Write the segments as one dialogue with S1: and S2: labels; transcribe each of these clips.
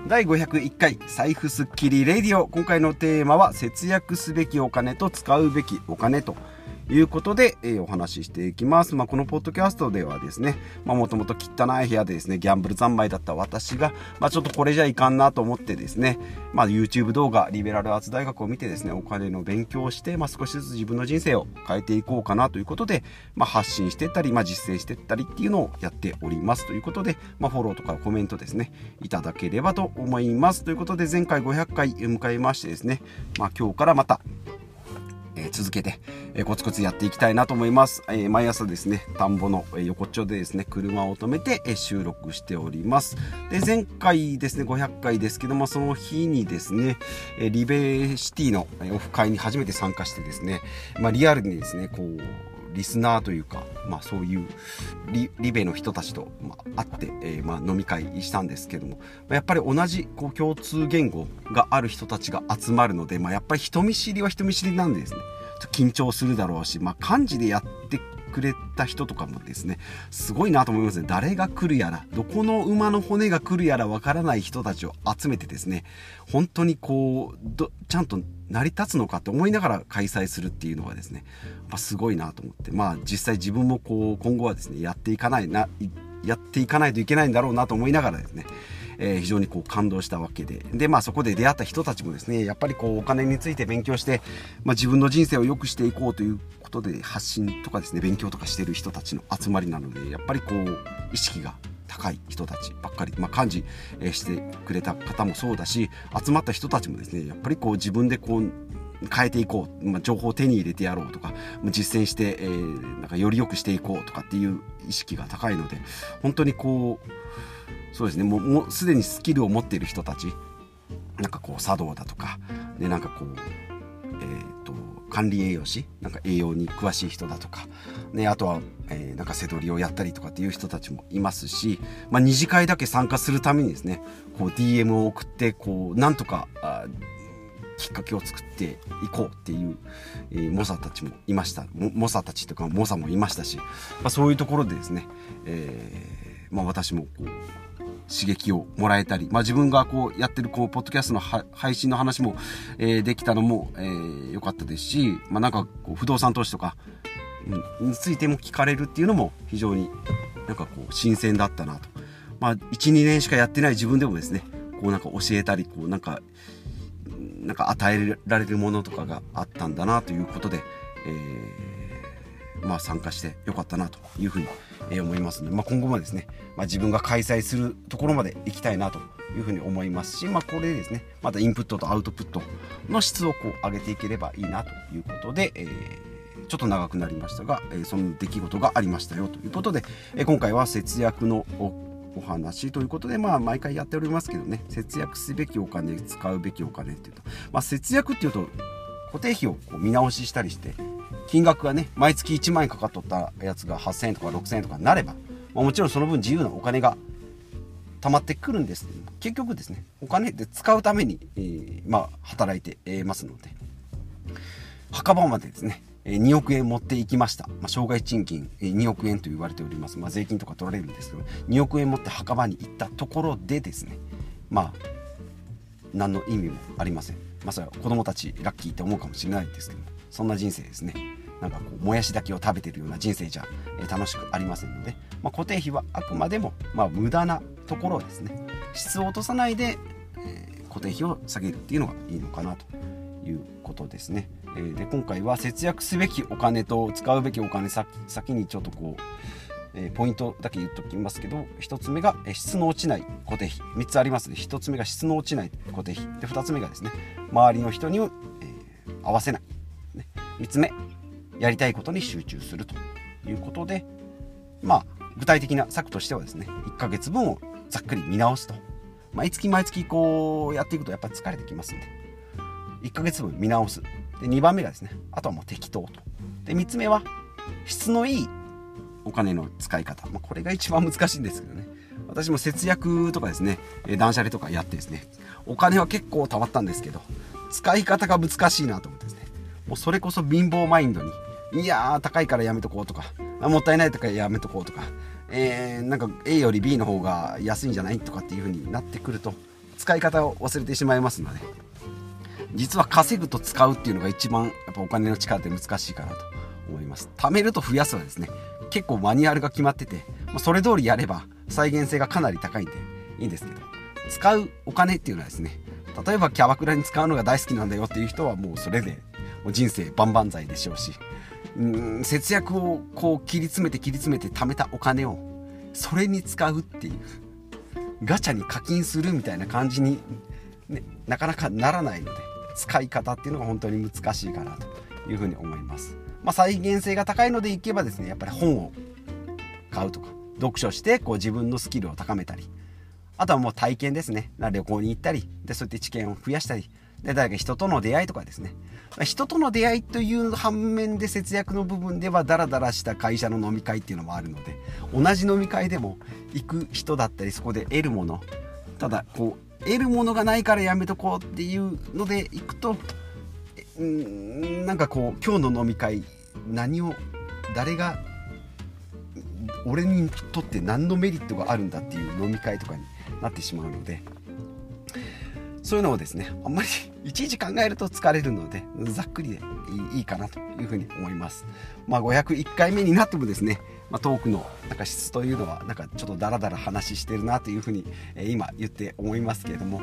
S1: 第501回財布スッキリレディオ。今回のテーマは節約すべきお金と使うべきお金ということで、お話ししていきます。このポッドキャストではですね、もともと汚い部屋でですね、ギャンブル三昧だった私が、ちょっとこれじゃいかんなと思ってですね、YouTube 動画、リベラルアーツ大学を見てですね、お金の勉強をして、少しずつ自分の人生を変えていこうかなということで、発信していったり、実践していったりっていうのをやっておりますということで、フォローとかコメントですね、いただければと思います。ということで、前回500回迎えましてですね、今日からまた、続けて、コツコツやっていきたいなと思います。毎朝ですね、田んぼの横っちょでですね、車を止めて、収録しております。で、前回ですね、500回ですけども、その日にですね、リベシティのオフ会に初めて参加してですね、リアルにですね、リスナーというか、そういうリベの人たちと、会って、飲み会したんですけども、やっぱり同じ共通言語がある人たちが集まるので、やっぱり人見知りは人見知りなんでですね、緊張するだろうし、漢字でやってくれた人とかもですね、すごいなと思いますね。誰が来るやら、どこの馬の骨が来るやらわからない人たちを集めてですね、本当にちゃんと成り立つのかって思いながら開催するっていうのはですね、すごいなと思って、実際自分も今後はですね、やっていかないといけないんだろうなと思いながらですね、非常に感動したわけで、そこで出会った人たちもですね、やっぱりお金について勉強して、自分の人生を良くしていこうということで発信とかですね、勉強とかしている人たちの集まりなので、やっぱり意識が高い人たちばっかり、幹事してくれた方もそうだし、集まった人たちもですね、やっぱり自分で変えていこう、情報を手に入れてやろうとか、実践して、より良くしていこうとかっていう意識が高いので、本当にそうですね、もうすでにスキルを持っている人たち、茶道だとかで、管理栄養士、栄養に詳しい人だとか、あとは、瀬取りをやったりとかっていう人たちもいますし、二次会だけ参加するためにですね、DM を送ってなんとかきっかけを作っていこうっていう、猛者たちもいました。猛者たちというか猛者もいましたし、そういうところでですね、私も刺激をもらえたり、自分がやってるポッドキャストの配信の話も、できたのも良かったですし、不動産投資とかについても聞かれるっていうのも非常に新鮮だったなと。1、2年しかやってない自分でもですね、教えたり与えられるものとかがあったんだなということで、参加してよかったなというふうに思いますので、今後もですね、自分が開催するところまで行きたいなというふうに思いますし、これでですね、またインプットとアウトプットの質を上げていければいいなということで、ちょっと長くなりましたが、その出来事がありましたよということで、今回は節約のお話ということで、毎回やっておりますけどね、節約すべきお金、使うべきお金っていうと、節約っていうと固定費を見直ししたりして、金額がね、毎月1万円かかっとったやつが8000円とか6000円とかになれば、もちろんその分自由なお金が溜まってくるんですけども、結局ですね、お金って使うために、働いてますので、墓場までですね、2億円持っていきました。生涯賃金2億円と言われております。税金とか取られるんですけど、2億円持って墓場に行ったところでですね、何の意味もありません。それは子供たちラッキーって思うかもしれないんですけども、そんな人生ですね、もやしだけを食べてるような人生じゃ、楽しくありませんので、固定費はあくまでも、無駄なところをですね、質を落とさないで、固定費を下げるっていうのがいいのかなということですね。で、今回は節約すべきお金と使うべきお金、先にちょっとポイントだけ言っときますけど、1つ目が質の落ちない固定費、3つありますので、1つ目が質の落ちない固定費で、2つ目がですね、周りの人に合わせない、3つ目、やりたいことに集中するということで、具体的な策としてはですね、1ヶ月分をざっくり見直すと、毎月やっていくとやっぱり疲れてきますんで、1ヶ月分見直す。で、2番目がですね、あとはもう適当と。で、3つ目は質のいいお金の使い方、これが一番難しいんですけどね、私も節約とかですね、断捨離とかやってですね、お金は結構貯まったんですけど、使い方が難しいなと思ってですね、もうそれこそ貧乏マインドに、いやー高いからやめとこうとか、もったいないとかやめとこうとか、A より B の方が安いんじゃないとかっていう風になってくると使い方を忘れてしまいますので、実は稼ぐと使うっていうのが一番やっぱお金の力って難しいかなと思います。貯めると増やすはですね、結構マニュアルが決まってて、それ通りやれば再現性がかなり高いんでいいんですけど、使うお金っていうのはですね、例えばキャバクラに使うのが大好きなんだよっていう人はもうそれでもう人生万々歳でしょうし、節約をこう切り詰めて貯めたお金をそれに使うっていう、ガチャに課金するみたいな感じに、ね、なかなかならないので、使い方っていうのが本当に難しいかなというふうに思います。再現性が高いのでいけばですね、やっぱり本を買うとか読書してこう自分のスキルを高めたり、あとはもう体験ですね、旅行に行ったりで、そうやって知見を増やしたりで、誰か人との出会いとかですね、人との出会いという反面で節約の部分ではダラダラした会社の飲み会っていうのもあるので、同じ飲み会でも行く人だったりそこで得るもの、ただこう得るものがないからやめとこうっていうので行くと、なんかこう今日の飲み会誰が俺にとって何のメリットがあるんだっていう飲み会とかになってしまうので、そういうのをですね、あんまりいちいち考えると疲れるので、ざっくりでいいかなというふうに思います。501回目になってもですね、トークの質というのはちょっとダラダラ話してるなというふうに、今言って思いますけれども、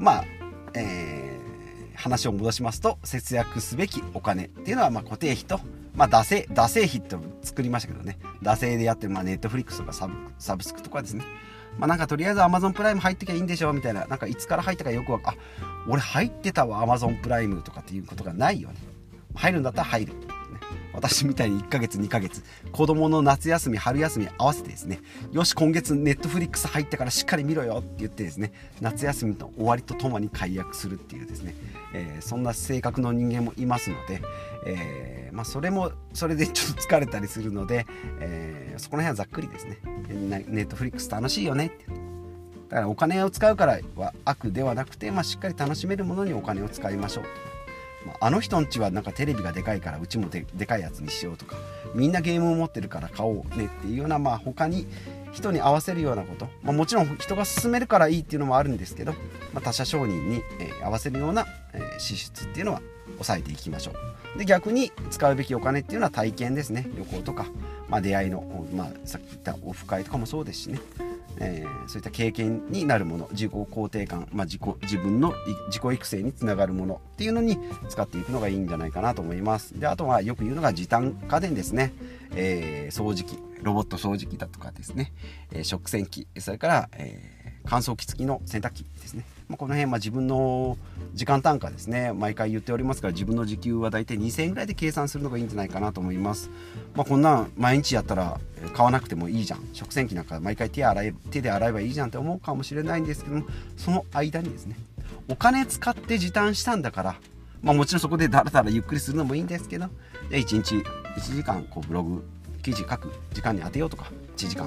S1: 話を戻しますと、節約すべきお金っていうのは固定費と、惰性費って作りましたけどね、惰性でやってるネットフリックスとかサブスクとかですね、とりあえず Amazon プライム入ってきゃいいんでしょみたいな、いつから入ったかよく俺入ってたわ Amazon プライムとかっていうことがないよね。入るんだったら入る、私みたいに1ヶ月2ヶ月子供の夏休み春休み合わせてですね、よし今月ネットフリックス入ったからしっかり見ろよって言ってですね、夏休みの終わりとともに解約するっていうですね、そんな性格の人間もいますので、それでちょっと疲れたりするので、そこの辺はざっくりですね、ネットフリックス楽しいよねって、だからお金を使うからは悪ではなくて、しっかり楽しめるものにお金を使いましょう。あの人んちはテレビがでかいからうちも でかいやつにしようとか、みんなゲームを持ってるから買おうねっていうような、他に人に合わせるようなこと、もちろん人が勧めるからいいっていうのもあるんですけど、他者承認に合わせるような支出っていうのは抑えていきましょう。で、逆に使うべきお金っていうのは体験ですね。旅行とか、出会いの、さっき言ったオフ会とかもそうですしね、そういった経験になるもの、自己肯定感、自分の自己育成につながるものっていうのに使っていくのがいいんじゃないかなと思います。で、あとはよく言うのが時短家電ですね、掃除機、ロボット掃除機だとかですね、食洗機、それから、乾燥機付きの洗濯機ですね。この辺自分の時間単価ですね、毎回言っておりますから、自分の時給はだいたい2000円ぐらいで計算するのがいいんじゃないかなと思います。こんなん毎日やったら買わなくてもいいじゃん、食洗機なんか毎回手で洗えばいいじゃんって思うかもしれないんですけども、その間にですね、お金使って時短したんだから、もちろんそこでだらだらゆっくりするのもいいんですけど、1日1時間ブログ記事書く時間に当てようとか、1時間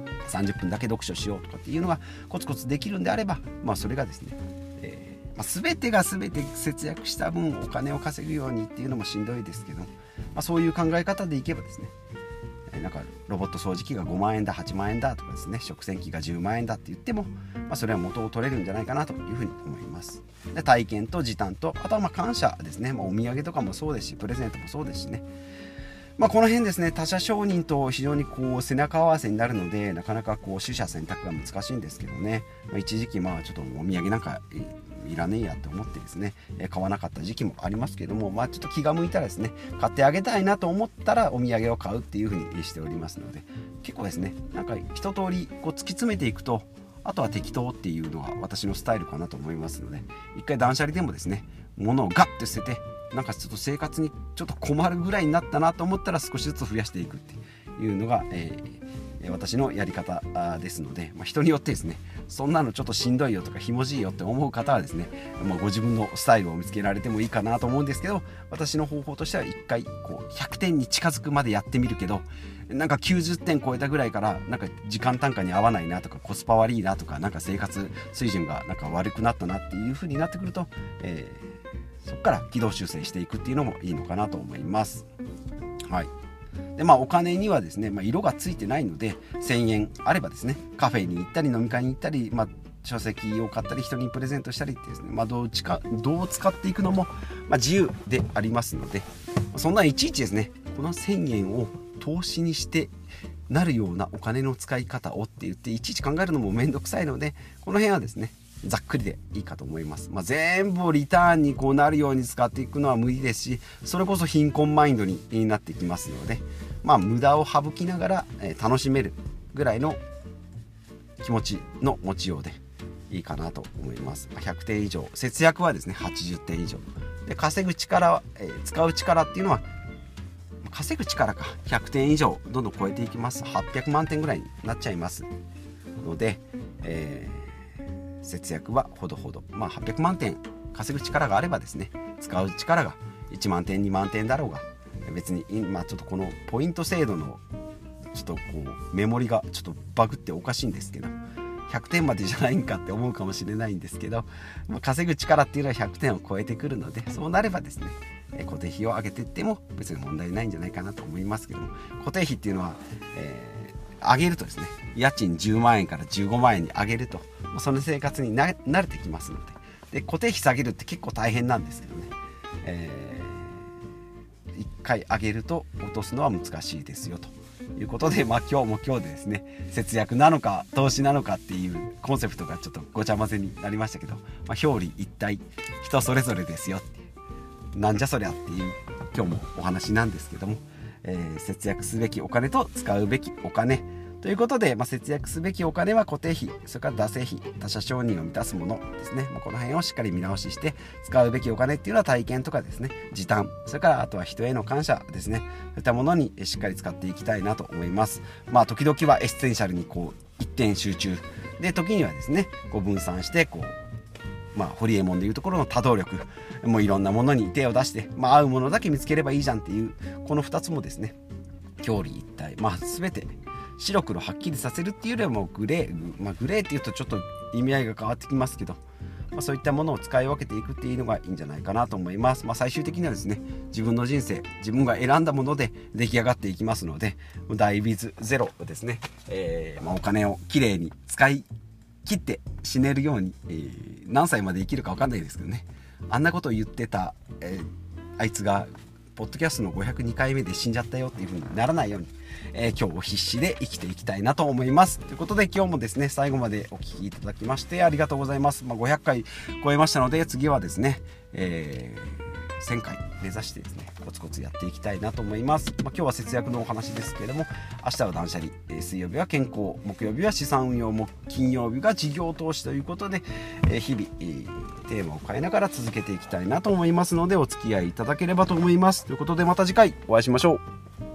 S1: 30分だけ読書しようとかっていうのがコツコツできるんであれば、それがですね、全てが全て節約した分お金を稼ぐようにっていうのもしんどいですけど、そういう考え方でいけばですね、ロボット掃除機が5万円だ8万円だとかですね、食洗機が10万円だって言っても、それは元を取れるんじゃないかなというふうに思います。で、体験と時短と、あとは感謝ですね、お土産とかもそうですし、プレゼントもそうですしね、この辺ですね、他者承認と非常に背中合わせになるので、なかなか取捨選択が難しいんですけどね、一時期ちょっとお土産なんかいらねえやって思ってですね、買わなかった時期もありますけども、ちょっと気が向いたらですね、買ってあげたいなと思ったらお土産を買うっていうふうにしておりますので、結構ですね、一通り突き詰めていくと、あとは適当っていうのが私のスタイルかなと思いますので、一回断捨離でもですね、物をガッと捨てて、ちょっと生活にちょっと困るぐらいになったなと思ったら少しずつ増やしていくっていうのが、私のやり方ですので、人によってですね、そんなのちょっとしんどいよとかひもじいよって思う方はですね、ご自分のスタイルを見つけられてもいいかなと思うんですけど、私の方法としては一回100点に近づくまでやってみるけど、90点超えたぐらいから時間単価に合わないなとか、コスパ悪いなとか、生活水準が悪くなったなっていう風になってくると、そこから軌道修正していくっていうのもいいのかなと思います。はい。で、お金にはですね、色がついてないので、1000円あればですね、カフェに行ったり飲み会に行ったり、 書籍を買ったり人にプレゼントしたりってですね、どう使っていくのも、自由でありますので、そんないちいちですねこの1000円を投資にしてなるようなお金の使い方をって言っていちいち考えるのもめんどくさいので、この辺はですねざっくりでいいかと思います。全部をリターンにこうなるように使っていくのは無理ですし、それこそ貧困マインドになってきますので、無駄を省きながら楽しめるぐらいの気持ちの持ちようでいいかなと思います。100点以上、節約はですね80点以上で、稼ぐ力、使う力っていうのは稼ぐ力か100点以上どんどん超えていきます。800万点ぐらいになっちゃいますので、節約はほどほど、800万点稼ぐ力があればですね、使う力が1万点2万点だろうが別に、ちょっとこのポイント制度のちょっとこうメモリがちょっとバグっておかしいんですけど、100点までじゃないんかって思うかもしれないんですけど、稼ぐ力っていうのは100点を超えてくるので、そうなればですね固定費を上げていっても別に問題ないんじゃないかなと思いますけども、固定費っていうのは、上げるとですね家賃10万円から15万円に上げると、その生活に慣れてきますので、固定費下げるって結構大変なんですけどね、1回上げると落とすのは難しいですよということで、今日も今日でですね節約なのか投資なのかっていうコンセプトがちょっとごちゃ混ぜになりましたけど、表裏一体人それぞれですよっていう、なんじゃそりゃっていう今日もお話なんですけども、節約すべきお金と使うべきお金ということで、節約すべきお金は固定費、それから惰性費、他者承認を満たすものですね、この辺をしっかり見直しして、使うべきお金っていうのは体験とかですね、時短、それからあとは人への感謝ですね、そういったものにしっかり使っていきたいなと思います。時々はエッセンシャルにこう一点集中で、時にはですねこう分散してこうホリエモンでいうところの多動力、もういろんなものに手を出して、合うものだけ見つければいいじゃんっていう、この2つもですね表裏一体、全て白黒はっきりさせるっていうよりはもうグレー、グレーっていうとちょっと意味合いが変わってきますけど、そういったものを使い分けていくっていうのがいいんじゃないかなと思います。最終的にはですね自分の人生、自分が選んだもので出来上がっていきますので、ダイビズゼロですね、お金をきれいに使い切って死ねるように、何歳まで生きるか分かんないですけどね、あんなことを言ってた、あいつがポッドキャストの502回目で死んじゃったよっていう風にならないように、今日必死で生きていきたいなと思います。ということで今日もですね最後までお聞きいただきましてありがとうございます。500回超えましたので、次はですね、1000回目指してですねコツコツやっていきたいなと思います。今日は節約のお話ですけれども、明日は断捨離、水曜日は健康、木曜日は資産運用、金曜日が事業投資ということで、日々、テーマを変えながら続けていきたいなと思いますので、お付き合いいただければと思います。ということでまた次回お会いしましょう。